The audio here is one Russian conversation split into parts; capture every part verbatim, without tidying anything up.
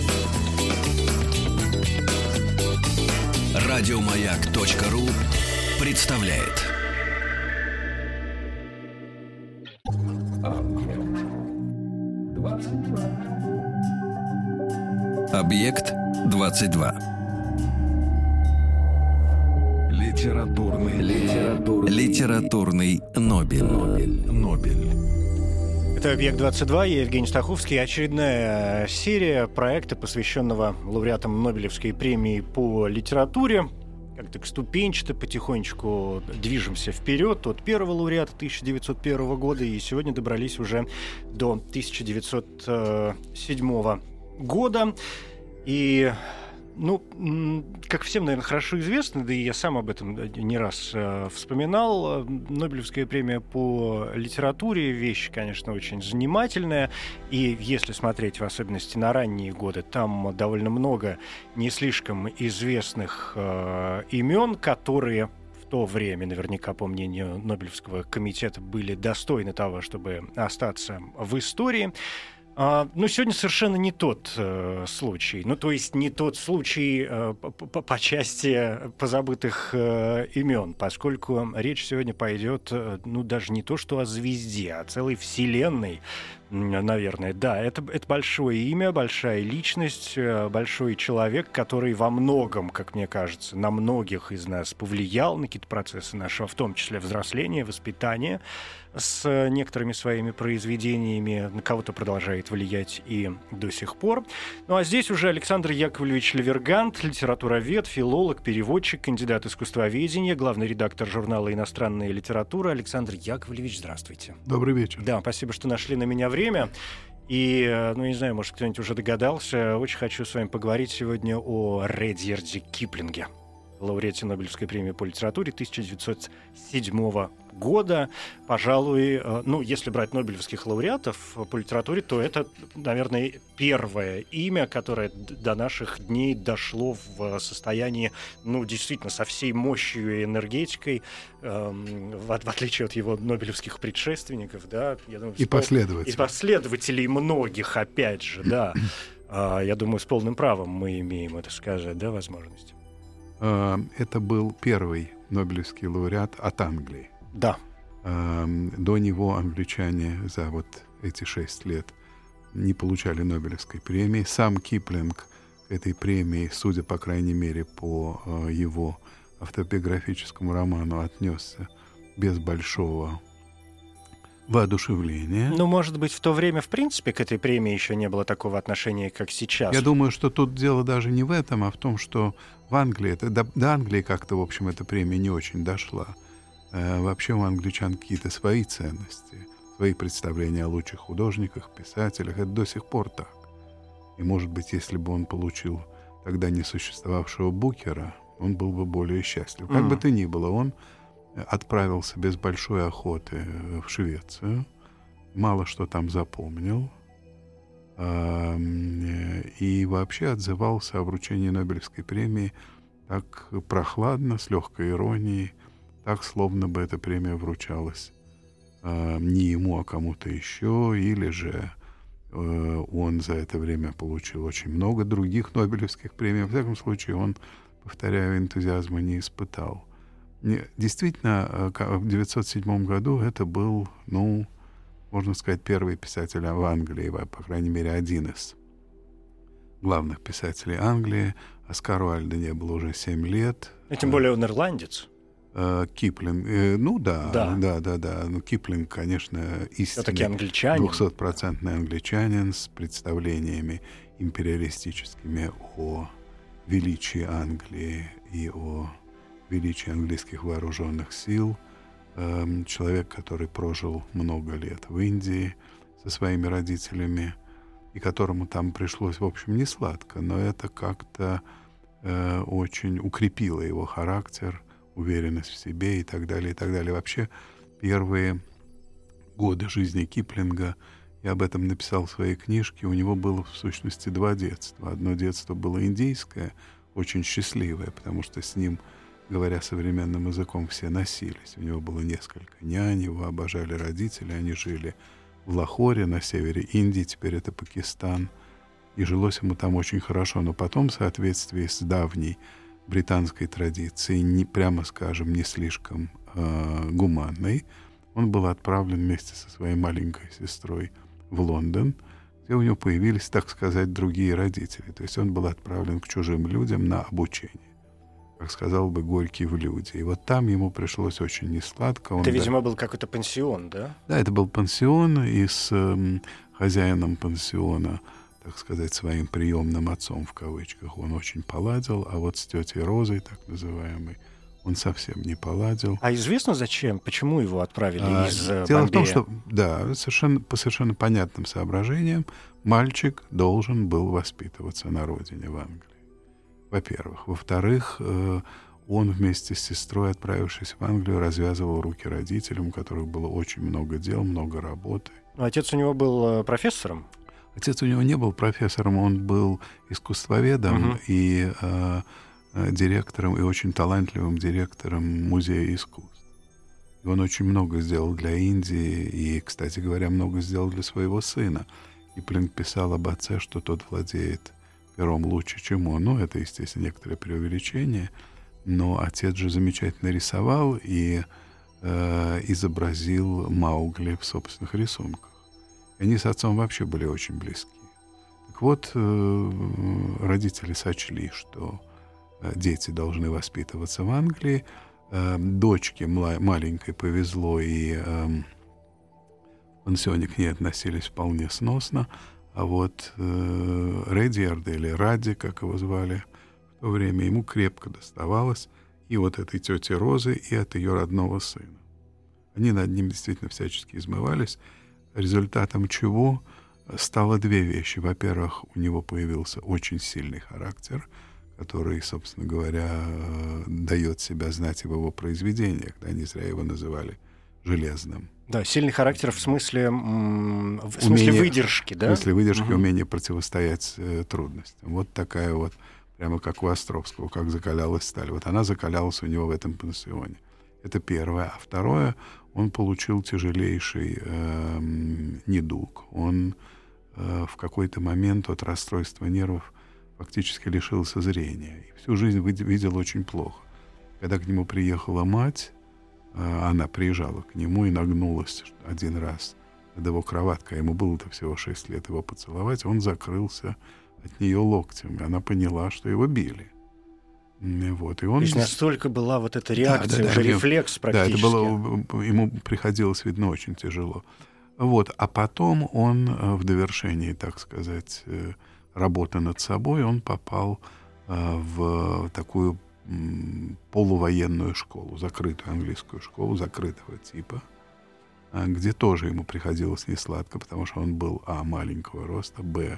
Радиомаяк.ру представляет. Объект двадцать два. Литературный, литературный, литературный Нобель. Нобель. Нобель. Это «Объект двадцать два», я Евгений Стаховский. Очередная серия проекта, посвященного лауреатам Нобелевской премии по литературе. Как-то к ступенчато, потихонечку движемся вперед от первого лауреата тысяча девятьсот первого года, и сегодня добрались уже до тысяча девятьсот седьмого года. И, ну, как всем, наверное, хорошо известно, да и я сам об этом не раз э, вспоминал, Нобелевская премия по литературе — вещь, конечно, очень занимательная. И если смотреть в особенности на ранние годы, там довольно много не слишком известных э, имен, которые в то время, наверняка, по мнению Нобелевского комитета, были достойны того, чтобы остаться в истории. А, но сегодня совершенно не тот э, случай. Ну, то есть не тот случай э, по, по части позабытых э, имен, поскольку речь сегодня пойдет, э, ну, даже не то что о звезде, а целой вселенной, наверное. Да, это, это большое имя, большая личность, э, большой человек, который во многом, как мне кажется, на многих из нас повлиял на какие-то процессы нашего, в том числе взросления, воспитания, с некоторыми своими произведениями, на кого-то продолжает влиять и до сих пор. Ну а здесь уже Александр Яковлевич Левергант, литературовед, филолог, переводчик, кандидат искусствоведения, главный редактор журнала «Иностранная литература». Александр Яковлевич, здравствуйте. Добрый вечер. Да, спасибо, что нашли на меня время. И, ну, не знаю, может, кто-нибудь уже догадался, очень хочу с вами поговорить сегодня о Редьярде Киплинге, лауреате Нобелевской премии по литературе тысяча девятьсот седьмого года. Пожалуй, ну, если брать нобелевских лауреатов по литературе, то это, наверное, первое имя, которое до наших дней дошло в состоянии, ну, действительно, со всей мощью и энергетикой, эм, в, в отличие от его нобелевских предшественников, да. Я думаю, и последователей. И последователей многих, опять же, да. Я думаю, с полным правом мы имеем это сказать, да, возможность. Это был первый нобелевский лауреат от Англии. Да. До него англичане за вот эти шесть лет не получали Нобелевской премии. Сам Киплинг к этой премии, судя, по крайней мере, по его автобиографическому роману, отнесся без большого воодушевления. Ну, может быть, в то время, в принципе, к этой премии еще не было такого отношения, как сейчас. Я думаю, что тут дело даже не в этом, а в том, что в Англии, это, до, до Англии как-то, в общем, эта премия не очень дошла. Э, вообще у англичан какие-то свои ценности, свои представления о лучших художниках, писателях. Это до сих пор так. И, может быть, если бы он получил тогда не существовавшего Букера, он был бы более счастлив. Как mm. бы то ни было, он отправился без большой охоты в Швецию, мало что там запомнил, и вообще отзывался о вручении Нобелевской премии так прохладно, с легкой иронией, так, словно бы эта премия вручалась не ему, а кому-то еще, или же он за это время получил очень много других Нобелевских премий. Во всяком случае, он, повторяю, энтузиазма не испытал. Действительно, в девятьсот седьмом году это был, ну, можно сказать, первый писатель в Англии, по крайней мере, один из главных писателей Англии. Оскару Альде не было уже семь лет. И тем более он ирландец. Киплинг, ну да, да, да, да, да. Ну, Киплинг, конечно, истинный двухсотпроцентный англичанин с представлениями империалистическими о величии Англии и о величии английских вооруженных сил. Человек, который прожил много лет в Индии со своими родителями, и которому там пришлось, в общем, не сладко, но это как-то э, очень укрепило его характер, уверенность в себе и так далее, и так далее. Вообще, первые годы жизни Киплинга, я об этом написал в своей книжке, у него было, в сущности, два детства. Одно детство было индийское, очень счастливое, потому что с ним, говоря современным языком, все носились. У него было несколько нянь, его обожали родители, они жили в Лахоре на севере Индии, теперь это Пакистан. и жилось ему там очень хорошо. Но потом, в соответствии с давней британской традицией, не, прямо скажем, не слишком э, гуманной, он был отправлен вместе со своей маленькой сестрой в Лондон, где у него появились, так сказать, другие родители. То есть он был отправлен к чужим людям на обучение. Как сказал бы Горький, в люди. И вот там ему пришлось очень несладко. Он, это, видимо, да, был какой-то пансион, да? Да, это был пансион, и с э, хозяином пансиона, так сказать, своим приемным отцом, в кавычках, он очень поладил, а вот с тетей Розой, так называемой, он совсем не поладил. А известно зачем? Почему его отправили а, из Дело Бомбея? в том, что, да, совершенно, по совершенно понятным соображениям мальчик должен был воспитываться на родине, в Англии. Во-первых. Во-вторых, э, он вместе с сестрой, отправившись в Англию, развязывал руки родителям, у которых было очень много дел, много работы. Но отец у него был профессором? Отец у него не был профессором, он был искусствоведом, угу. и э, директором, и очень талантливым директором музея искусств. И он очень много сделал для Индии, и, кстати говоря, много сделал для своего сына. Киплинг писал об отце, что тот владеет пером лучше, чем он. Ну, это, естественно, некоторое преувеличение, но отец же замечательно рисовал и э, изобразил Маугли в собственных рисунках. И они с отцом вообще были очень близки. Так вот, э, родители сочли, что э, дети должны воспитываться в Англии. Э, дочке мла- маленькой повезло, и э, в пансионе к ней относились вполне сносно. А вот э, Редьярд, или Радди, как его звали в то время, ему крепко доставалось и от этой тети Розы, и от ее родного сына. Они над ним действительно всячески измывались, результатом чего стало две вещи. Во-первых, у него появился очень сильный характер, который, собственно говоря, дает себя знать и в его произведениях. Да, не зря его называли железным. Да, сильный характер в смысле, в смысле умение, выдержки, да? В смысле выдержки, угу. умение противостоять э, трудностям. Вот такая вот, прямо как у Островского, как закалялась сталь. Вот она закалялась у него в этом пансионе. Это первое. А второе, он получил тяжелейший э, недуг. Он э, в какой-то момент от расстройства нервов фактически лишился зрения. И всю жизнь видел очень плохо. Когда к нему приехала мать, она приезжала к нему и нагнулась один раз над его кроваткой. Ему было-то всего шесть лет, его поцеловать. Он закрылся от нее локтем. И она поняла, что его били. Вот. И он... То есть настолько была вот эта реакция, да, да, уже да, рефлекс практически. Да, это было, ему приходилось, видно, очень тяжело. Вот. А потом он в довершении, так сказать, работы над собой, он попал в такую полувоенную школу, закрытую английскую школу, закрытого типа, где тоже ему приходилось несладко, потому что он был, а, маленького роста, б,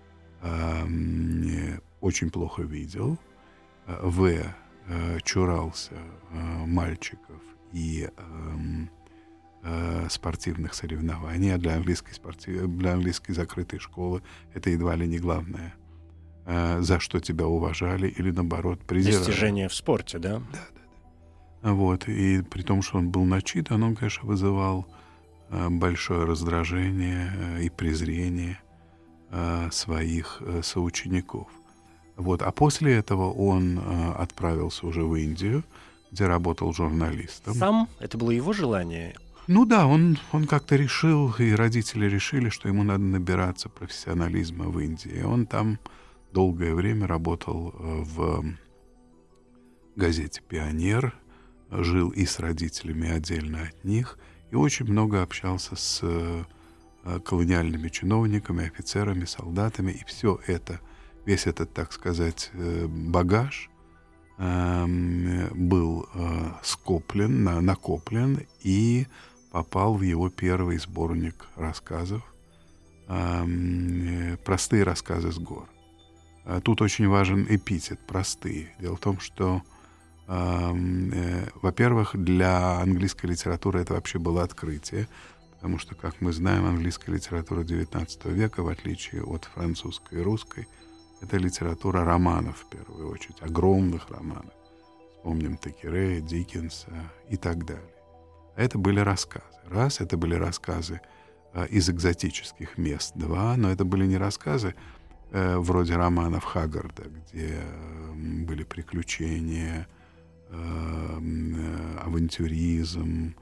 э, очень плохо видел, в, э, чурался э, мальчиков и э, э, спортивных соревнований, а для английской, спортив... для английской закрытой школы это едва ли не главное, за что тебя уважали или, наоборот, презирали. Достижения в спорте, да? Да, да, да. Вот. И при том, что он был начитан, он, конечно, вызывал большое раздражение и презрение своих соучеников. Вот. А после этого он отправился уже в Индию, где работал журналистом. Сам? Это было его желание? Ну да, он, он как-то решил, и родители решили, что ему надо набираться профессионализма в Индии. Он там долгое время работал в газете «Пионер», жил и с родителями отдельно от них, и очень много общался с колониальными чиновниками, офицерами, солдатами, и все это, весь этот, так сказать, багаж был скоплен, накоплен и попал в его первый сборник рассказов, «Простые рассказы с гор». Тут очень важен эпитет «простые». Дело в том, что, э, э, во-первых, для английской литературы это вообще было открытие, потому что, как мы знаем, английская литература девятнадцатого века, в отличие от французской и русской, это литература романов, в первую очередь, огромных романов. Вспомним Теккерея, Диккенса и так далее. А это были рассказы. Раз, это были рассказы э, из экзотических мест. Два, но это были не рассказы э, вроде романов Хаггарда, где э, были приключения, э, э, авантюризм,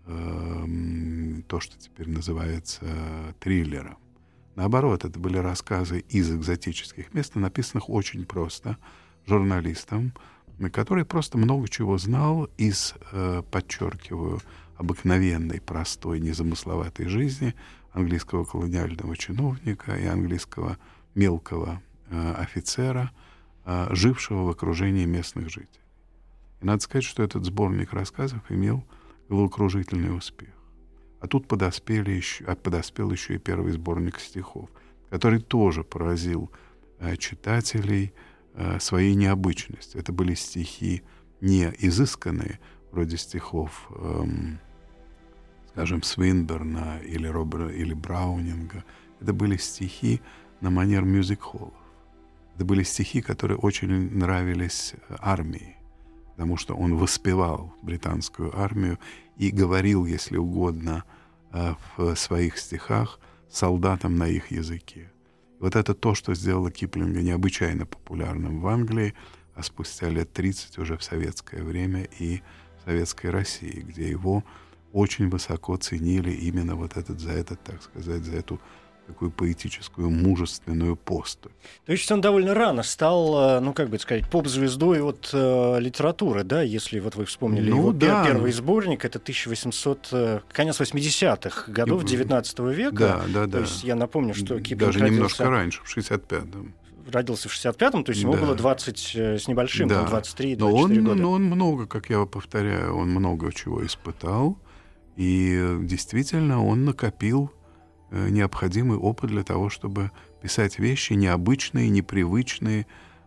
э, то, что теперь называется триллером. Наоборот, это были рассказы из экзотических мест, написанных очень просто журналистом, который просто много чего знал из, э, подчеркиваю, обыкновенной, простой, незамысловатой жизни английского колониального чиновника и английского мелкого э, офицера, э, жившего в окружении местных жителей. И надо сказать, что этот сборник рассказов имел головокружительный успех. А тут подоспели еще, а подоспел еще и первый сборник стихов, который тоже поразил э, читателей э, своей необычностью. Это были стихи не изысканные, вроде стихов, эм, скажем, Свинберна или, Робера, или Браунинга. Это были стихи на манер мюзик-холлов. Это были стихи, которые очень нравились армии, потому что он воспевал британскую армию и говорил, если угодно, в своих стихах солдатам на их языке. И вот это то, что сделало Киплинга необычайно популярным в Англии, а спустя лет тридцать уже в советское время и в советской России, где его очень высоко ценили именно вот этот, за этот, так сказать, за эту такую поэтическую, мужественную поступь. То есть он довольно рано стал, ну, как бы сказать, поп-звездой от э, литературы, да, если вот вы вспомнили ну, его да. первый сборник, это тысяча восьмисотый, конец восьмидесятых годов девятнадцатого века. Да, да, да. То есть я напомню, что Киплинг даже родился... немножко раньше, в шестьдесят пятом. Родился в шестьдесят пятом, то есть ему да. было двадцать с небольшим, да. двадцать три - двадцать четыре но он, года. Но он много, как я повторяю, он много чего испытал, и действительно он накопил необходимый опыт для того, чтобы писать вещи необычные, непривычные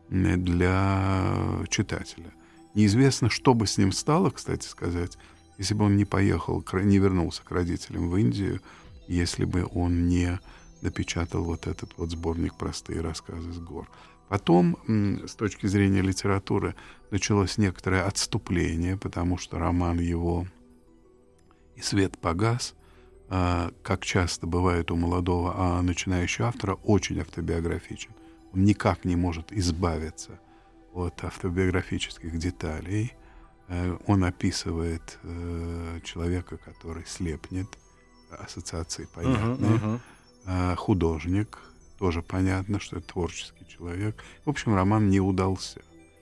для читателя. Неизвестно, что бы с ним стало, кстати сказать, если бы он не поехал, не вернулся к родителям в Индию, если бы он не напечатал вот этот вот сборник «Простые рассказы с гор». Потом, с точки зрения литературы, началось некоторое отступление, потому что роман его «И свет погас», как часто бывает у молодого, а начинающего автора, очень автобиографичен. Он никак не может избавиться от автобиографических деталей. Он описывает человека, который слепнет, ассоциации понятны. Uh-huh, uh-huh. Художник, тоже понятно, что это творческий человек. В общем, роман не удался.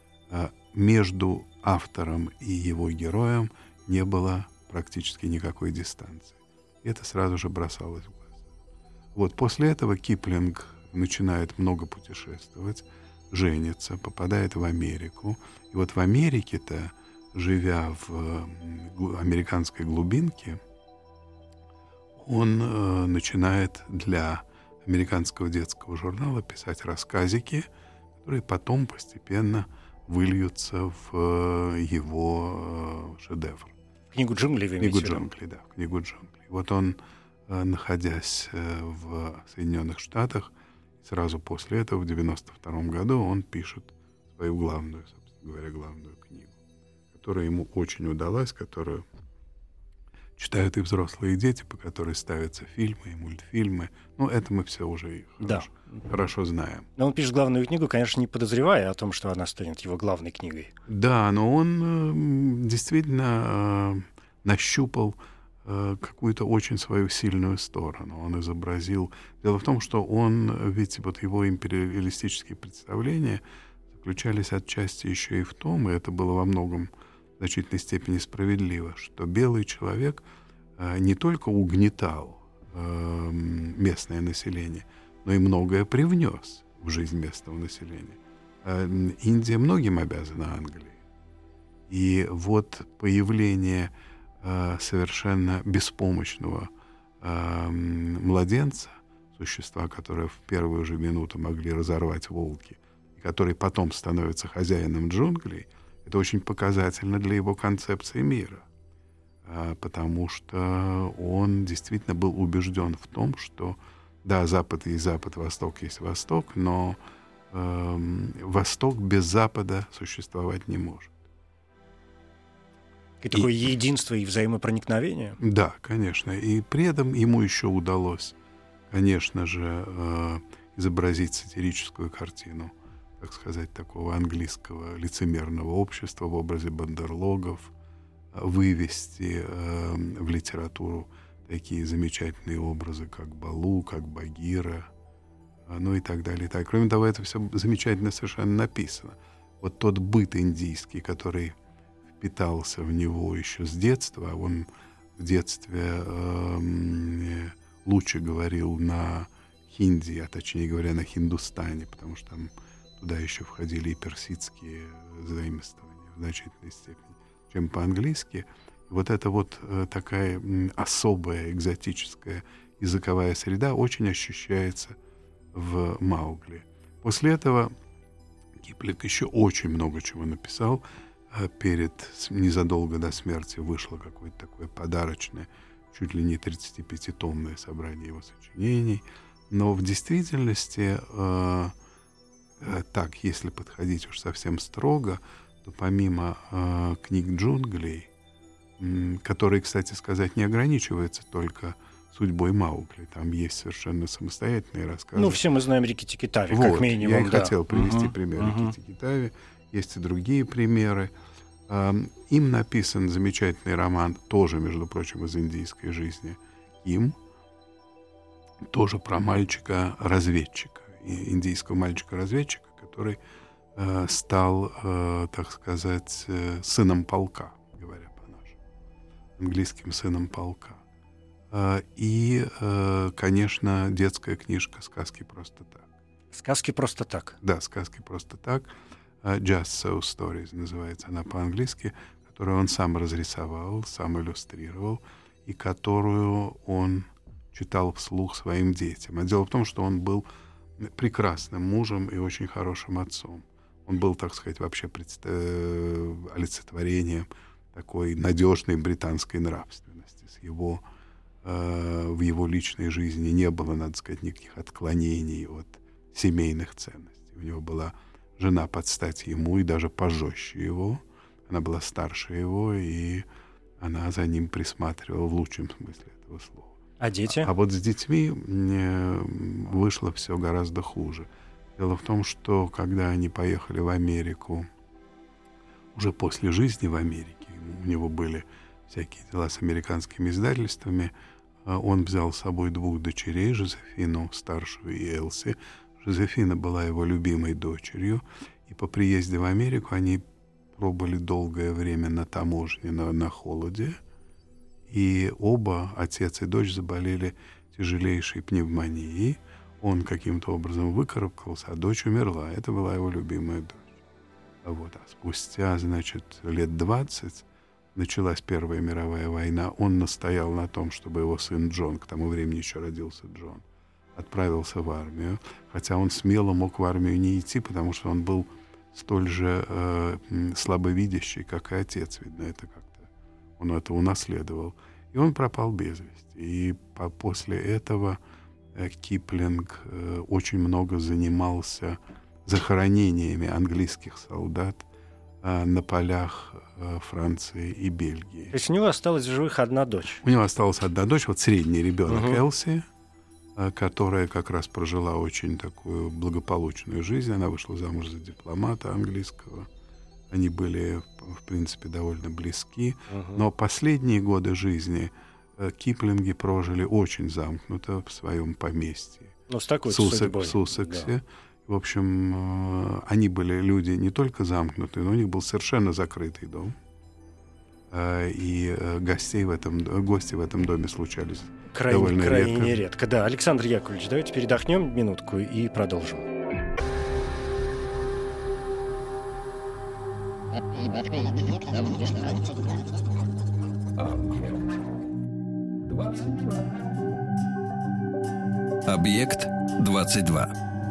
Между автором и его героем не было практически никакой дистанции. Это сразу же бросалось в глаза. Вот после этого Киплинг начинает много путешествовать, женится, попадает в Америку. И вот в Америке-то, живя в американской глубинке, он э, начинает для американского детского журнала писать рассказики, которые потом постепенно выльются в э, его э, шедевр. Книгу джунглей вы имеете в виду? Книгу джунглей, да, книгу джунглей. Вот он, находясь в Соединенных Штатах, сразу после этого, в девяносто втором году, он пишет свою главную, собственно говоря, главную книгу, которая ему очень удалась, которую читают и взрослые, и дети, по которой ставятся фильмы и мультфильмы. Ну, это мы все уже да. хорошо, хорошо знаем. Но он пишет главную книгу, конечно, не подозревая о том, что она станет его главной книгой. Да, но он э, действительно э, нащупал э, какую-то очень свою сильную сторону. Он изобразил... Дело в том, что он, ведь вот его империалистические представления заключались отчасти еще и в том, и это было во многом в значительной степени справедливо, что белый человек э, не только угнетал э, местное население, но и многое привнес в жизнь местного населения. Э, Индия многим обязана Англии. И вот появление э, совершенно беспомощного э, младенца, существа, которое в первую же минуту могли разорвать волки, и который потом становится хозяином джунглей, это очень показательно для его концепции мира, потому что он действительно был убежден в том, что да, Запад есть Запад, Восток есть Восток, но э, Восток без Запада существовать не может. И такое и, единство и взаимопроникновение? Да, конечно. И при этом ему еще удалось, конечно же, э, изобразить сатирическую картину, так сказать, такого английского лицемерного общества в образе бандерлогов, вывести э, в литературу такие замечательные образы, как Балу, как Багира, ну и так далее. И так. Кроме того, это все замечательно совершенно написано. Вот тот быт индийский, который впитался в него еще с детства, а он в детстве э, лучше говорил на хинди, а точнее говоря, на хиндустане, потому что там туда еще входили и персидские заимствования в значительной степени, чем по-английски. Вот эта вот э, такая м, особая, экзотическая языковая среда очень ощущается в «Маугли». После этого Киплинг еще очень много чего написал. Перед, незадолго до смерти вышло какое-то такое подарочное, чуть ли не тридцатипятитомное собрание его сочинений. Но в действительности, э, э, так, если подходить уж совсем строго, то помимо э, книг джунглей, э, которые, кстати сказать, не ограничиваются только судьбой Маугли. Там есть совершенно самостоятельные рассказы. Ну, все мы знаем Рикки-Тикки-Тави, вот, как минимум. Я и да. хотел привести uh-huh, пример uh-huh. Рикки-Тикки-Тави. Есть и другие примеры. Им написан замечательный роман, тоже, между прочим, из индийской жизни, «Им», тоже про мальчика-разведчика, индийского мальчика-разведчика, который э, стал, э, так сказать, э, сыном полка, говоря по-нашему, английским сыном полка. Э, и, э, конечно, детская книжка «Сказки просто так». «Сказки просто так». Да, «Сказки просто так». «Just So Stories» называется она по-английски, которую он сам разрисовал, сам иллюстрировал, и которую он читал вслух своим детям. А дело в том, что он был прекрасным мужем и очень хорошим отцом. Он был, так сказать, вообще предста... олицетворением такой надежной британской нравственности. С его, э, в его личной жизни не было, надо сказать, никаких отклонений от семейных ценностей. У него была жена под стать ему и даже пожестче его. Она была старше его, и она за ним присматривала в лучшем смысле этого слова. А дети? А, а вот с детьми вышло все гораздо хуже. Дело в том, что когда они поехали в Америку, уже после жизни в Америке, у него были всякие дела с американскими издательствами, он взял с собой двух дочерей, Жозефину старшую и Элси. Жозефина была его любимой дочерью, и по приезде в Америку они пробыли долгое время на таможне, на, на холоде, и оба, отец и дочь, заболели тяжелейшей пневмонией. Он каким-то образом выкарабкался, а дочь умерла. Это была его любимая дочь. Вот. А спустя, значит, лет двадцать началась Первая мировая война. Он настоял на том, чтобы его сын Джон, к тому времени еще родился Джон, отправился в армию, хотя он смело мог в армию не идти, потому что он был столь же э, слабовидящий, как и отец, видно, это как-то он это унаследовал. И он пропал без вести. И по, после этого э, Киплинг э, очень много занимался захоронениями английских солдат э, на полях э, Франции и Бельгии. То есть у него осталась в живых одна дочь? У него осталась одна дочь, вот средний ребенок угу. Элси, которая как раз прожила очень такую благополучную жизнь. Она вышла замуж за дипломата английского. Они были, в принципе, довольно близки. Uh-huh. Но последние годы жизни Киплинги прожили очень замкнуто в своем поместье. Ну, с такой Сусек, судьбой. В Суссексе. Да. В общем, они были люди не только замкнутые, но у них был совершенно закрытый дом. И гостей в этом, гости в этом доме случались крайне, довольно крайне редко. редко. Да, Александр Яковлевич, давайте передохнем минутку и продолжим. Объект двадцать два.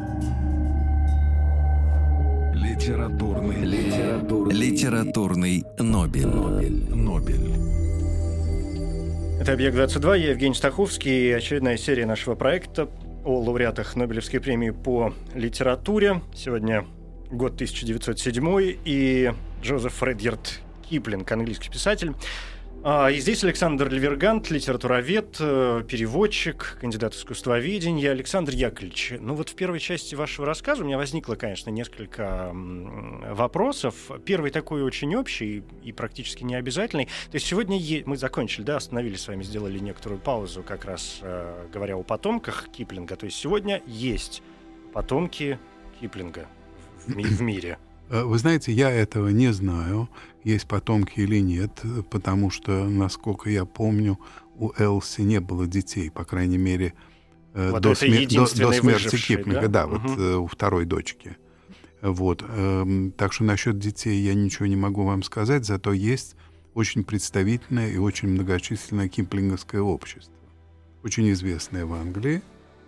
Литературный, литературный, литературный Нобель. Нобель. Нобель. Это «Объект двадцать два», я Евгений Стаховский, и очередная серия нашего проекта о лауреатах Нобелевской премии по литературе. Сегодня год тысяча девятьсот седьмой, и Джозеф Редьярд Киплинг, английский писатель. И здесь Александр Левергант, литературовед, переводчик, кандидат искусствоведения. Александр Яковлевич, ну вот в первой части вашего рассказа у меня возникло, конечно, несколько вопросов. Первый такой очень общий и практически необязательный. То есть сегодня е- мы закончили, да, остановились с вами, сделали некоторую паузу, как раз э, говоря о потомках Киплинга. То есть сегодня есть потомки Киплинга в, ми- в мире. Вы знаете, я этого не знаю, есть потомки или нет, потому что, насколько я помню, у Элси не было детей, по крайней мере, вот до, смер... до, до смерти Киплинга, да, да угу. вот у второй дочки. Вот. Так что насчет детей я ничего не могу вам сказать, зато есть очень представительное и очень многочисленное киплинговское общество, очень известное в Англии,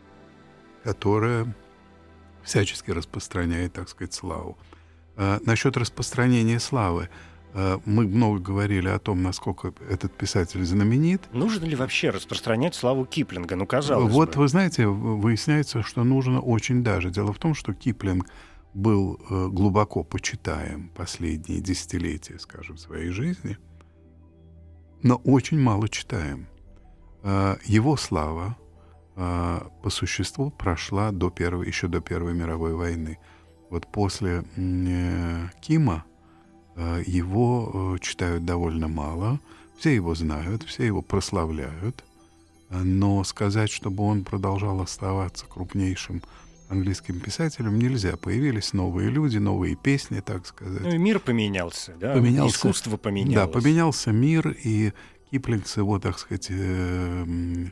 которое всячески распространяет, так сказать, славу. Uh, насчет распространения славы. Uh, мы много говорили о том, насколько этот писатель знаменит. Нужно ли вообще распространять славу Киплинга? Ну, казалось вот, бы. Вы знаете, выясняется, что нужно очень даже. Дело в том, что Киплинг был uh, глубоко почитаем последние десятилетия, скажем, своей жизни, но очень мало читаем. Uh, его слава uh, по существу прошла до первой, еще до Первой мировой войны. Вот после э, Кима э, его э, читают довольно мало, все его знают, все его прославляют, но сказать, чтобы он продолжал оставаться крупнейшим английским писателем, нельзя. Появились новые люди, новые песни, так сказать. Ну и мир поменялся, да? Поменялся, искусство поменялось. Да, поменялся мир, и Киплинг с его, так сказать, э,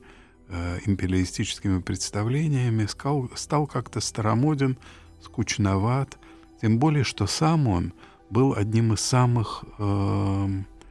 э, империалистическими представлениями стал, стал как-то старомоден, скучноват, тем более, что сам он был одним из самых э,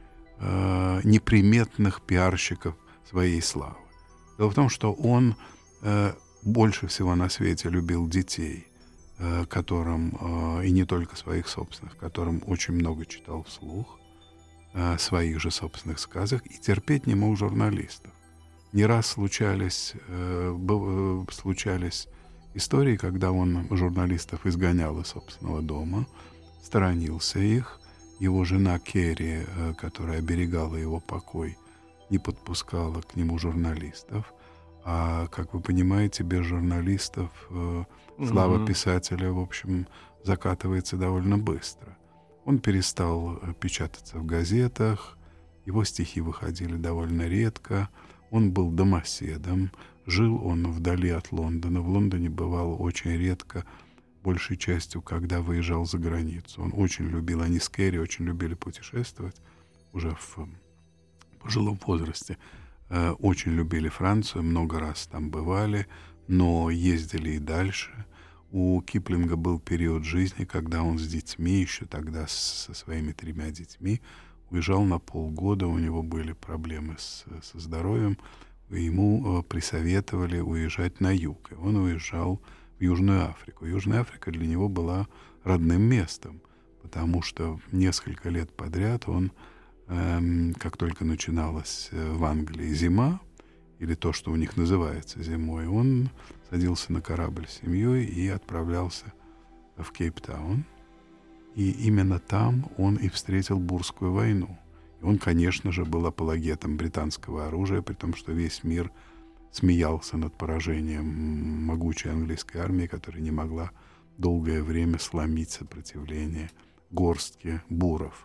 э, неприметных пиарщиков своей славы. Дело в том, что он э, больше всего на свете любил детей, э, которым, э, и не только своих собственных, которым очень много читал вслух, э, своих же собственных сказок, и терпеть не мог журналистов. Не раз случались, э, б, э, случались истории, когда он журналистов изгонял из собственного дома, сторонился их. Его жена Керри, которая оберегала его покой, не подпускала к нему журналистов. А, как вы понимаете, без журналистов э, слава mm-hmm. писателя, в общем, закатывается довольно быстро. Он перестал печататься в газетах, его стихи выходили довольно редко, он был домоседом. Жил он вдали от Лондона. В Лондоне бывал очень редко, большей частью, когда выезжал за границу. Он очень любил, они с Керри очень любили путешествовать, уже в пожилом возрасте. Э, очень любили Францию, много раз там бывали, но ездили и дальше. У Киплинга был период жизни, когда он с детьми, еще тогда со своими тремя детьми, уезжал на полгода, у него были проблемы с, со здоровьем, ему присоветовали уезжать на юг. И он уезжал в Южную Африку. Южная Африка для него была родным местом, потому что несколько лет подряд он, эм, как только начиналась в Англии зима, или то, что у них называется зимой, он садился на корабль с семьей и отправлялся в Кейптаун. И именно там он и встретил Бурскую войну. Он, конечно же, был апологетом британского оружия, при том, что весь мир смеялся над поражением могучей английской армии, которая не могла долгое время сломить сопротивление горстки буров.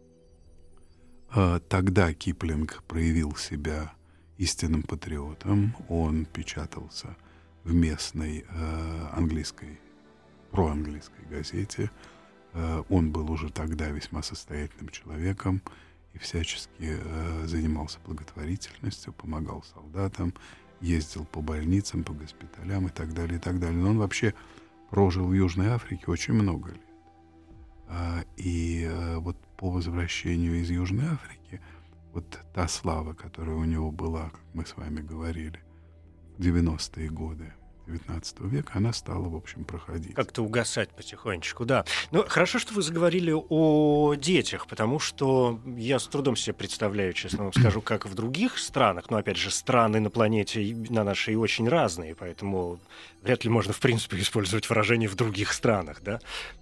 Тогда Киплинг проявил себя истинным патриотом. Он печатался в местной английской, проанглийской газете. Он был уже тогда весьма состоятельным человеком и всячески э, занимался благотворительностью, помогал солдатам, ездил по больницам, по госпиталям и так далее, и так далее. Но он вообще прожил в Южной Африке очень много лет. А, и а, вот по возвращению из Южной Африки, вот та слава, которая у него была, как мы с вами говорили, в девяностые годы девятнадцатого века, она стала, в общем, проходить. Как-то угасать потихонечку, да. Ну, хорошо, что вы заговорили о детях, потому что я с трудом себе представляю, честно вам скажу, как в других странах, но, опять же, страны на планете на нашей очень разные, поэтому вряд ли можно, в принципе, использовать выражение «в других странах», да?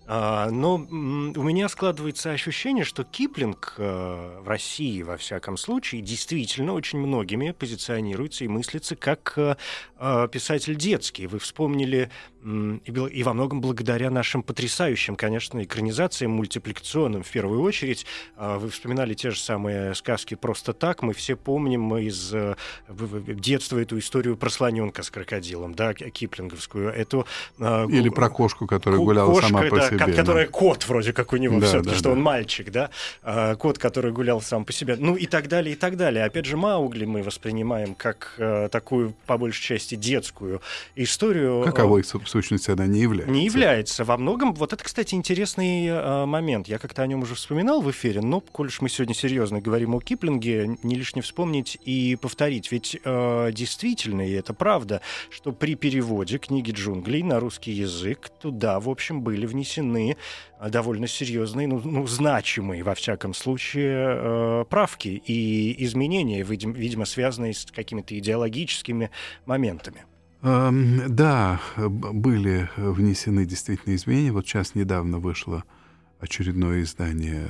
А, но м, у меня складывается ощущение, что Киплинг э, в России, во всяком случае, действительно очень многими позиционируется и мыслится как э, э, писатель детский. Вы вспомнили, м, и, и во многом благодаря нашим потрясающим, конечно, экранизациям, мультипликационным в первую очередь. Э, вы вспоминали те же самые сказки «Просто так». Мы все помним из э, детства эту историю про слоненка с крокодилом, да, киплинговскую. Эту, э, Или про кошку, которая гуляла кошка, сама по да, себе. Которая да. Кот вроде как у него, да, все-таки, да, что да. он мальчик, да, а, кот, который гулял сам по себе, ну и так далее, и так далее. Опять же, Маугли мы воспринимаем как а, такую, по большей части, детскую историю. Каковой, в сущности, она не является. Не является. Во многом, вот это, кстати, интересный а, момент. Я как-то о нем уже вспоминал в эфире, но, коль уж мы сегодня серьезно говорим о Киплинге, не лишне вспомнить и повторить. Ведь а, действительно, и это правда, что при переводе книги «Джунглей» на русский язык туда, в общем, были внесены довольно серьезные, ну, ну значимые, во всяком случае, э, правки и изменения, видимо, видимо, связанные с какими-то идеологическими моментами. Эм, да, были внесены действительно изменения. Вот сейчас недавно вышло очередное издание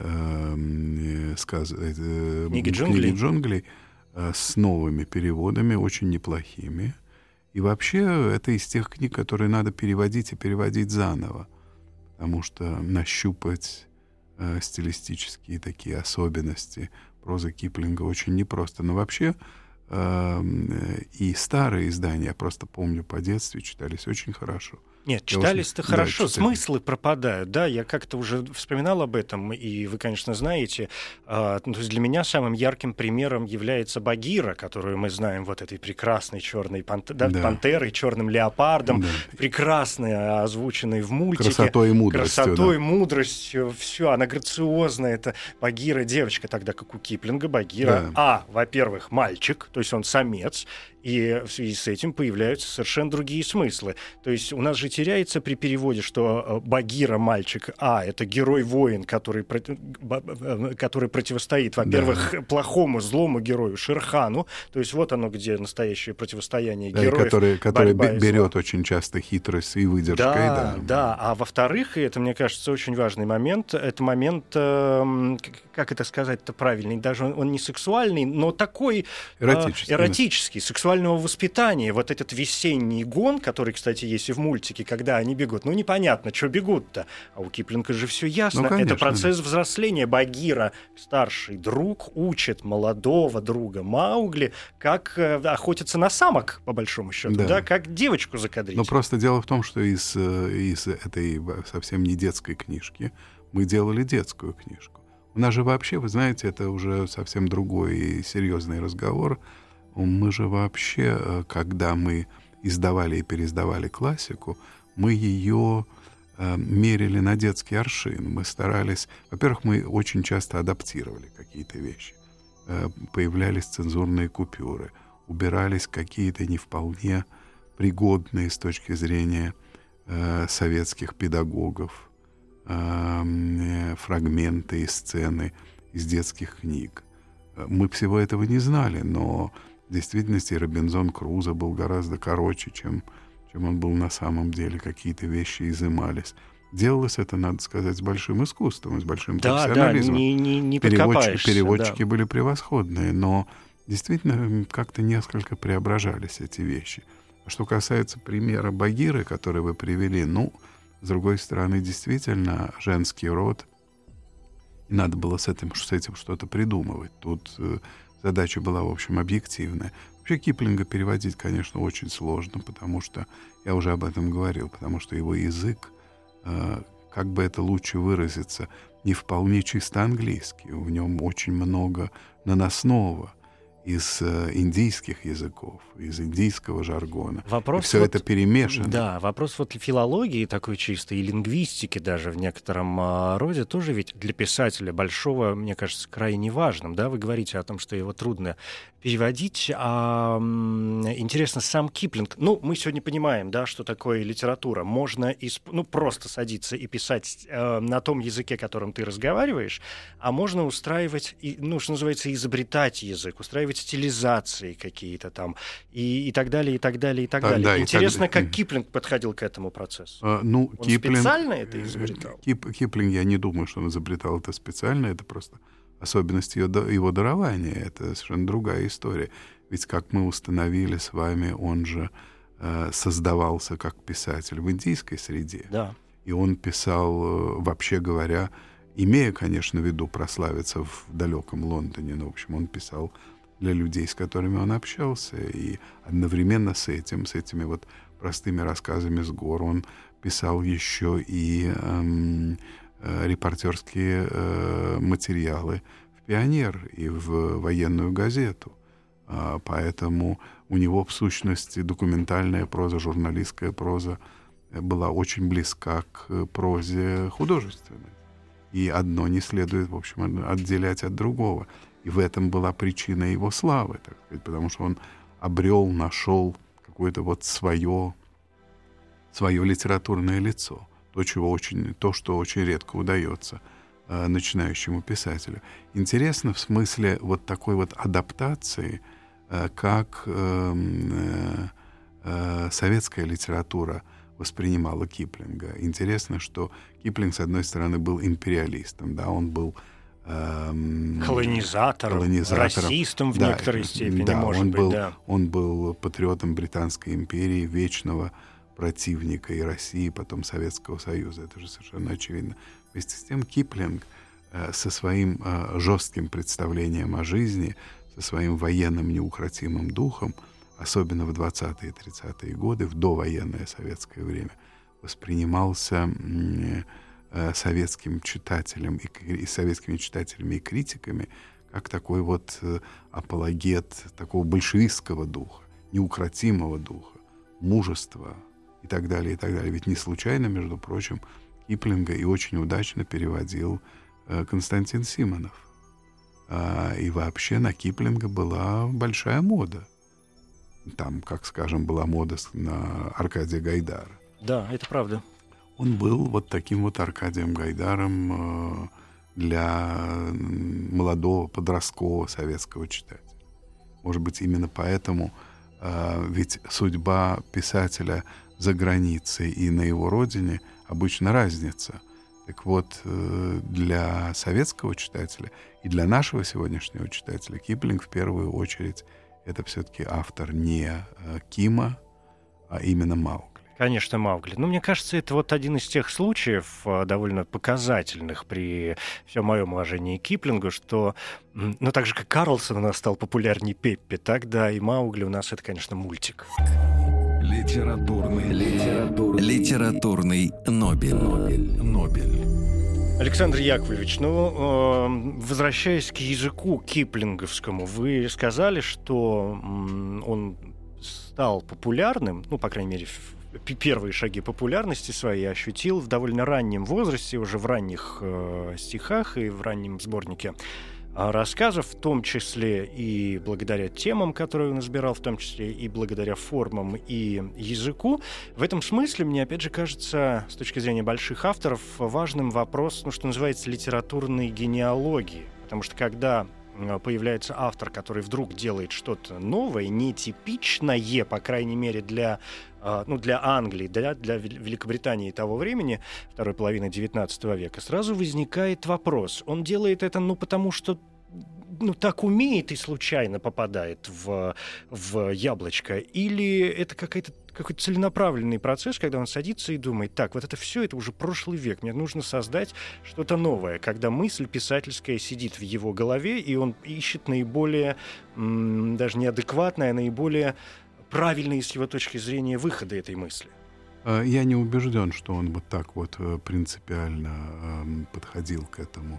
э, сказ... э, «Книги джунглей», «Книги джунглей» э, с новыми переводами, очень неплохими. И вообще это из тех книг, которые надо переводить и переводить заново. Потому что нащупать э, стилистические такие особенности прозы Киплинга очень непросто. Но вообще э, и старые издания, я просто помню по детству, читались очень хорошо. Нет, читались-то очень... хорошо, да, смыслы пропадают, да, я как-то уже вспоминал об этом, и вы, конечно, знаете, э, то есть для меня самым ярким примером является Багира, которую мы знаем вот этой прекрасной черной пант... да, да. пантерой, черным леопардом, да. прекрасной, озвученной в мультике. Красотой и мудростью. Красотой, да. мудростью, все, она грациозная, это Багира девочка, тогда как у Киплинга Багира, да. а, во-первых, мальчик, то есть он самец, и в связи с этим появляются совершенно другие смыслы. То есть у нас же теряется при переводе, что Багира мальчик, а, это герой-воин, который, который противостоит, во-первых, да. плохому, злому герою Шерхану. То есть вот оно, где настоящее противостояние да, героев. Который, который берет очень часто хитрость и выдержкой. Да, да, да. А во-вторых, и это, мне кажется, очень важный момент, это момент, э, как это сказать-то правильно, даже он, он не сексуальный, но такой эротический, э, эротический да. сексуальный воспитания, вот этот весенний гон, который, кстати, есть и в мультике, когда они бегут, ну непонятно, что бегут-то, а у Киплинга же все ясно, ну, конечно, это процесс да. взросления. Багира, старший друг, учит молодого друга Маугли, как э, охотиться на самок, по большому счету, да, да как девочку закадрить. Но просто дело в том, что из, из этой совсем не детской книжки мы делали детскую книжку. У нас же вообще, вы знаете, это уже совсем другой и серьезный разговор. Мы же вообще, когда мы издавали и переиздавали классику, мы ее э, мерили на детский аршин. Мы старались... Во-первых, мы очень часто адаптировали какие-то вещи. Э, появлялись цензурные купюры, убирались какие-то не вполне пригодные с точки зрения э, советских педагогов э, фрагменты и сцены из детских книг. Мы всего этого не знали, но... В действительности Робинзон Крузо был гораздо короче, чем, чем он был на самом деле. Какие-то вещи изымались. Делалось это, надо сказать, с большим искусством, с большим да, профессионализмом. Да, не, не, не Переводчики, переводчики да. были превосходные, но действительно как-то несколько преображались эти вещи. А что касается примера Багиры, который вы привели, ну, с другой стороны, действительно, женский род, и надо было с этим, с этим что-то придумывать. Тут... Задача была, в общем, объективная. Вообще Киплинга переводить, конечно, очень сложно, потому что, я уже об этом говорил, потому что его язык, э, как бы это лучше выразиться, не вполне чисто английский. В нем очень много наносного из э, индийских языков, из индийского жаргона. Вопрос и все вот, это перемешано. Да, вопрос вот филологии такой чистой, и лингвистики даже в некотором э, роде тоже ведь для писателя большого, мне кажется, крайне важным. Да? Вы говорите о том, что его трудно переводить. А, интересно, сам Киплинг... Ну, мы сегодня понимаем, да, что такое литература. Можно исп... ну, просто садиться и писать э, на том языке, которым ты разговариваешь, а можно устраивать, ну, что называется, изобретать язык, устраивать быть, стилизации какие-то там, и, и так далее, и так далее, и так да, далее. Да, Интересно, так... как Киплинг подходил к этому процессу. А, ну, он Киплинг, специально это изобретал? Кип, Киплинг, я не думаю, что он изобретал это специально, это просто особенность его, его дарования, это совершенно другая история. Ведь, как мы установили с вами, он же э, создавался как писатель в индийской среде. Да. И он писал, вообще говоря, имея, конечно, в виду прославиться в далеком Лондоне, но, в общем, он писал для людей, с которыми он общался, и одновременно с этим, с этими вот простыми рассказами с гор, он писал еще и эм, э, репортерские э, материалы в «Пионер» и в военную газету. А, поэтому у него, в сущности, документальная проза, журналистская проза была очень близка к прозе художественной. И одно не следует, в общем, отделять от другого. И в этом была причина его славы, так сказать, потому что он обрел, нашел какое-то вот свое, свое литературное лицо. То, чего очень, то, что очень редко удается э, начинающему писателю. Интересно в смысле вот такой вот адаптации, э, как э, э, советская литература воспринимала Киплинга. Интересно, что Киплинг, с одной стороны, был империалистом, да, он был эм, колонизатором, колонизатором, расистом в да, некоторой степени, да, может он быть, был, да. Он был патриотом Британской империи, вечного противника и России, потом Советского Союза. Это же совершенно очевидно. Вместе с тем Киплинг э, со своим э, жестким представлением о жизни, со своим военным неукротимым духом, особенно в двадцатые и тридцатые годы, в довоенное советское время, воспринимался э, советским читателем и, и советскими читателями и критиками как такой вот э, апологет такого большевистского духа, неукротимого духа, мужества и так далее, и так далее. Ведь не случайно, между прочим, Киплинга и очень удачно переводил э, Константин Симонов. А, и вообще на Киплинга была большая мода. Там, как скажем, была мода на Аркадия Гайдара. Да, это правда. Он был вот таким вот Аркадием Гайдаром э, для молодого подросткового советского читателя. Может быть, именно поэтому э, ведь судьба писателя за границей и на его родине обычно разница. Так вот, э, для советского читателя и для нашего сегодняшнего читателя Киплинг в первую очередь это все-таки автор не э, Кима, а именно Маугли. Конечно, Маугли. Но мне кажется, это вот один из тех случаев, э, довольно показательных при всем моем уважении к Киплингу, что, ну, так же, как Карлсон у нас стал популярнее Пеппи, так, да, и Маугли у нас это, конечно, мультик. Литературный, литературный, литературный Нобель. Нобель. Нобель. Александр Яковлевич, ну, возвращаясь к языку киплинговскому, вы сказали, что он стал популярным, ну, по крайней мере, первые шаги популярности свои ощутил в довольно раннем возрасте, уже в ранних э, стихах и в раннем сборнике рассказов, в том числе и благодаря темам, которые он избирал, в том числе и благодаря формам и языку. В этом смысле, мне опять же кажется, с точки зрения больших авторов, важным вопрос, ну, что называется, литературной генеалогии. Потому что когда появляется автор, который вдруг делает что-то новое, нетипичное, по крайней мере, для, ну, для Англии, для, для Великобритании того времени, второй половины девятнадцатого века, сразу возникает вопрос. Он делает это, ну, потому что ну, так умеет и случайно попадает в, в яблочко, или это какая-то какой-то целенаправленный процесс, когда он садится и думает, так, вот это все, это уже прошлый век, мне нужно создать что-то новое, когда мысль писательская сидит в его голове, и он ищет наиболее, м- даже неадекватное, а наиболее правильные с его точки зрения выходы этой мысли. Я не убежден, что он вот так вот принципиально подходил к этому,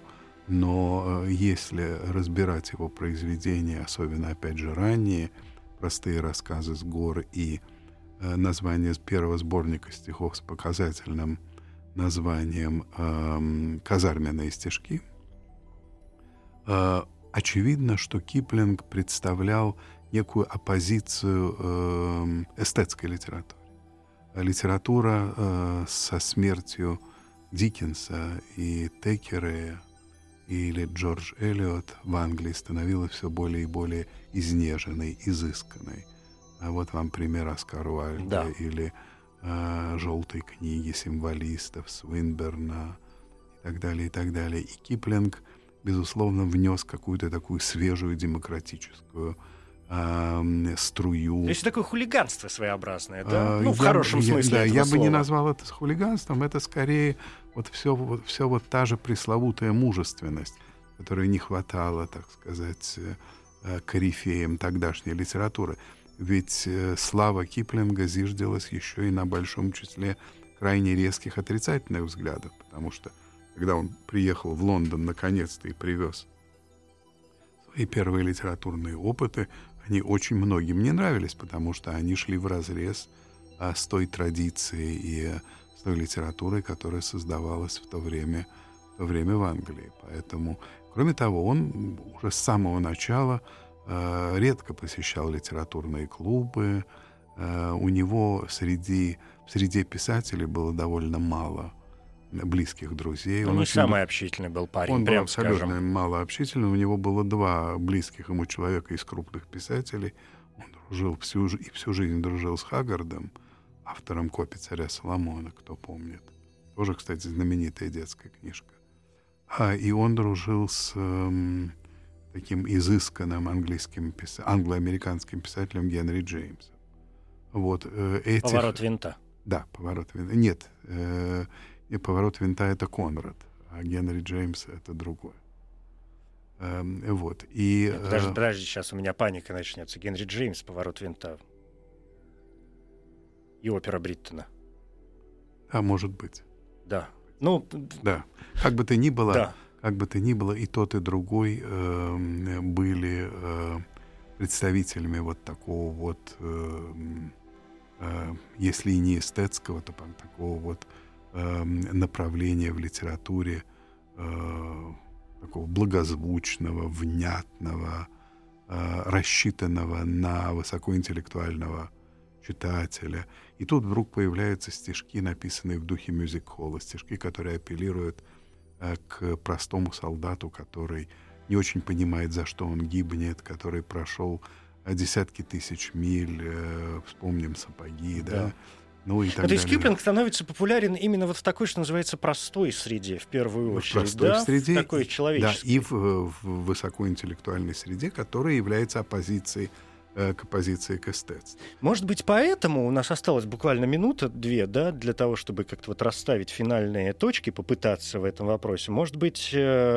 но если разбирать его произведения, особенно, опять же, ранние, простые рассказы с гор и название первого сборника стихов с показательным названием э, «Казарменные стишки», э, очевидно, что Киплинг представлял некую оппозицию э, эстетской литературе. Литература э, со смертью Диккенса и Теккерея или Джордж Эллиот в Англии становилась все более и более изнеженной, изысканной. А вот вам пример Оскара Уайльда, да. или э, «Желтой книги» символистов, Свинберна и так далее, и так далее. И Киплинг, безусловно, внес какую-то такую свежую демократическую э, струю. То есть такое хулиганство своеобразное, да? А, ну, в я, хорошем я, смысле да, этого я слова. бы не назвал это хулиганством, это скорее вот все, вот, все вот та же пресловутая мужественность, которой не хватало, так сказать, корифеям тогдашней литературы. Ведь слава Киплинга зиждилась еще и на большом числе крайне резких отрицательных взглядов, потому что, когда он приехал в Лондон наконец-то и привез свои первые литературные опыты, они очень многим не нравились, потому что они шли вразрез а, с той традицией и с той литературой, которая создавалась в то время, в то время в Англии. Поэтому, кроме того, он уже с самого начала редко посещал литературные клубы. У него среди, среди писателей было довольно мало близких друзей. Он, он не очень, самый общительный был парень, он прям был абсолютно скажем. мало общительный. У него было два близких ему человека из крупных писателей. Он дружил всю, и всю жизнь дружил с Хаггардом, автором «Копий царя Соломона», кто помнит. Тоже, кстати, знаменитая детская книжка. А, и он дружил с... таким изысканным английским пис... англо-американским писателем Генри Джеймсом. Вот, э, этих... «Поворот винта». Да, «Поворот винта». Нет, э, «Поворот винта» — это Конрад, а Генри Джеймс — это другой. Э, вот, и... Нет, подожди, подожди, сейчас у меня паника начнется. Генри Джеймс, «Поворот винта». И опера Бриттона. А может быть. Да. Ну... Да. Как бы то ни было... Да. Как бы то ни было, и тот, и другой э, были э, представителями вот такого вот, э, э, если и не эстетского, то такого вот э, направления в литературе, э, такого благозвучного, внятного, э, рассчитанного на высокоинтеллектуального читателя. И тут вдруг появляются стишки, написанные в духе мюзик-холла, стишки, которые апеллируют к простому солдату, который не очень понимает, за что он гибнет, который прошел десятки тысяч миль, э, вспомним «Сапоги», да, да. ну и так ну, то есть далее. Киплинг становится популярен именно вот в такой, что называется, простой среде, в первую очередь, в простой да, среде, в такой человеческой. Да, и в, в высокоинтеллектуальной среде, которая является оппозицией к оппозиции к эстетству. Может быть, поэтому у нас осталось буквально минута-две, да, для того, чтобы как-то вот расставить финальные точки, попытаться в этом вопросе. Может быть,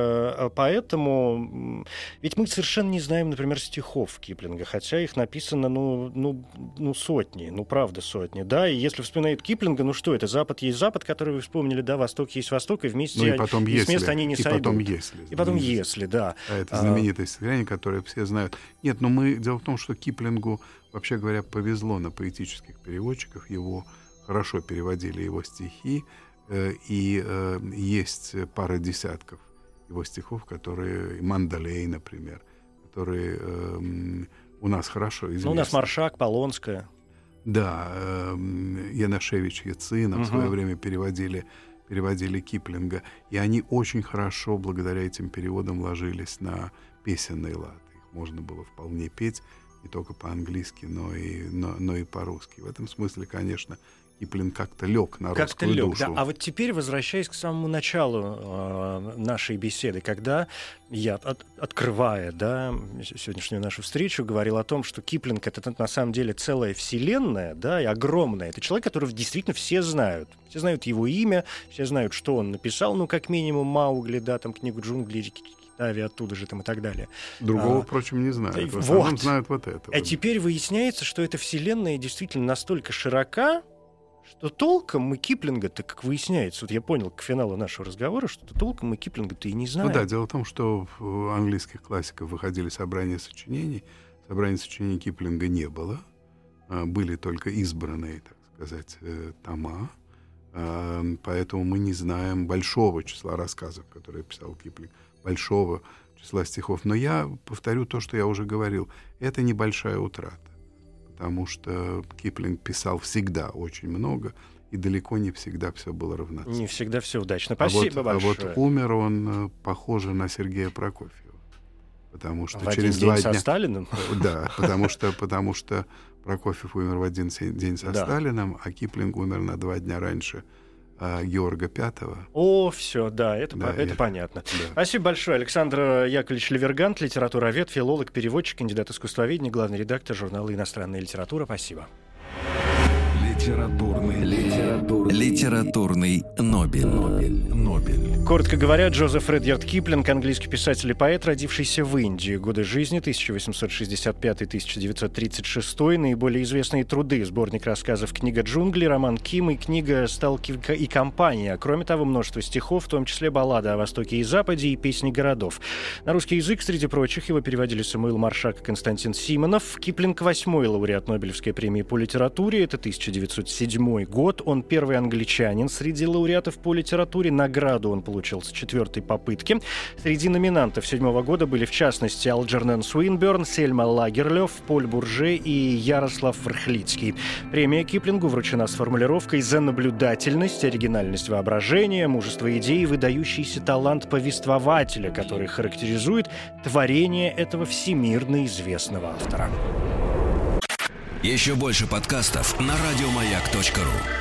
поэтому... Ведь мы совершенно не знаем, например, стихов Киплинга, хотя их написано, ну, ну, ну сотни, ну, правда, сотни, да, и если вспоминают Киплинга, ну, что это? Запад есть Запад, который вы вспомнили, да, Восток есть Восток, и вместе... Ну, и потом и если. С места они не и сойдут. Потом если. И потом если, да. А это знаменитое стихотворение, которое все знают. Нет, но мы... Дело в том, что Киплингу, вообще говоря, повезло на поэтических переводчиков. Его хорошо переводили его стихи, э, и э, есть пара десятков его стихов, которые... Мандалей, например, которые э, у нас хорошо известны. Ну, у нас Маршак, Полонская. Да, э, Янашевич, Яцина uh-huh. в свое время переводили, переводили Киплинга, и они очень хорошо, благодаря этим переводам, ложились на песенный лад. Их можно было вполне петь не только по-английски, но и, но, но и по-русски. В этом смысле, конечно, Киплинг как-то лег на как-то русскую лег, душу. Да. А вот теперь, возвращаясь к самому началу э, нашей беседы, когда я, от, открывая да, сегодняшнюю нашу встречу, говорил о том, что Киплинг — это на самом деле целая вселенная, да, и огромная. Это человек, которого действительно все знают. Все знают его имя, все знают, что он написал, ну, как минимум, «Маугли», да, там, книгу «Джунгли», Ави оттуда же там и так далее. Другого, а, впрочем, не знают. В основном вот. знают вот это. А теперь выясняется, что эта вселенная действительно настолько широка, что толком мы Киплинга-то, как выясняется, вот я понял к финалу нашего разговора, что толком мы Киплинга-то и не знаем. Ну да, дело в том, что в английских классиков выходили собрания сочинений. Собраний сочинений Киплинга не было. Были только избранные, так сказать, тома. Поэтому мы не знаем большого числа рассказов, которые писал Киплинг, большого числа стихов. Но я повторю то, что я уже говорил. Это небольшая утрата, потому что Киплинг писал всегда очень много, и далеко не всегда все было равноценно. Не всегда все удачно. Спасибо а вот, большое. А вот умер он, похоже, на Сергея Прокофьева. Потому что в через один два день дня... со Сталиным? Да, потому что, потому что Прокофьев умер в один день со да. Сталиным, а Киплинг умер на два дня раньше а, Георга Пятого. О, все, да, это, да, по, это я... понятно. Да. Спасибо большое. Александр Яковлевич Левергант, литературовед, филолог, переводчик, кандидат искусствоведения, главный редактор журнала «Иностранная литература». Спасибо. Литературный, литературный, литературный Нобель. Нобель. Нобель. Коротко говоря, Джозеф Редьярд Киплинг, английский писатель и поэт, родившийся в Индии. Годы жизни тысяча восемьсот шестьдесят пятый — тысяча девятьсот тридцать шестой. Наиболее известные труды: сборник рассказов «Книга джунглей», роман «Ким» и книга «Сталки и компания». Кроме того, множество стихов, в том числе баллады о Востоке и Западе и песни городов. На русский язык, среди прочих, его переводили Самуил Маршак и Константин Симонов. Киплинг — восьмой лауреат Нобелевской премии по литературе. Это тысяча девятьсот седьмой год. Он первый англичанин среди лауреатов по литературе. Награду он получил с четвертой попытки. Среди номинантов седьмого года были, в частности, Алджернон Суинберн, Сельма Лагерлёв, Поль Бурже и Ярослав Врхлицкий. Премия Киплингу вручена с формулировкой «за наблюдательность, оригинальность воображения, мужество идей и выдающийся талант повествователя», который характеризует творение этого всемирно известного автора. Еще больше подкастов на радиомаяк точка ру.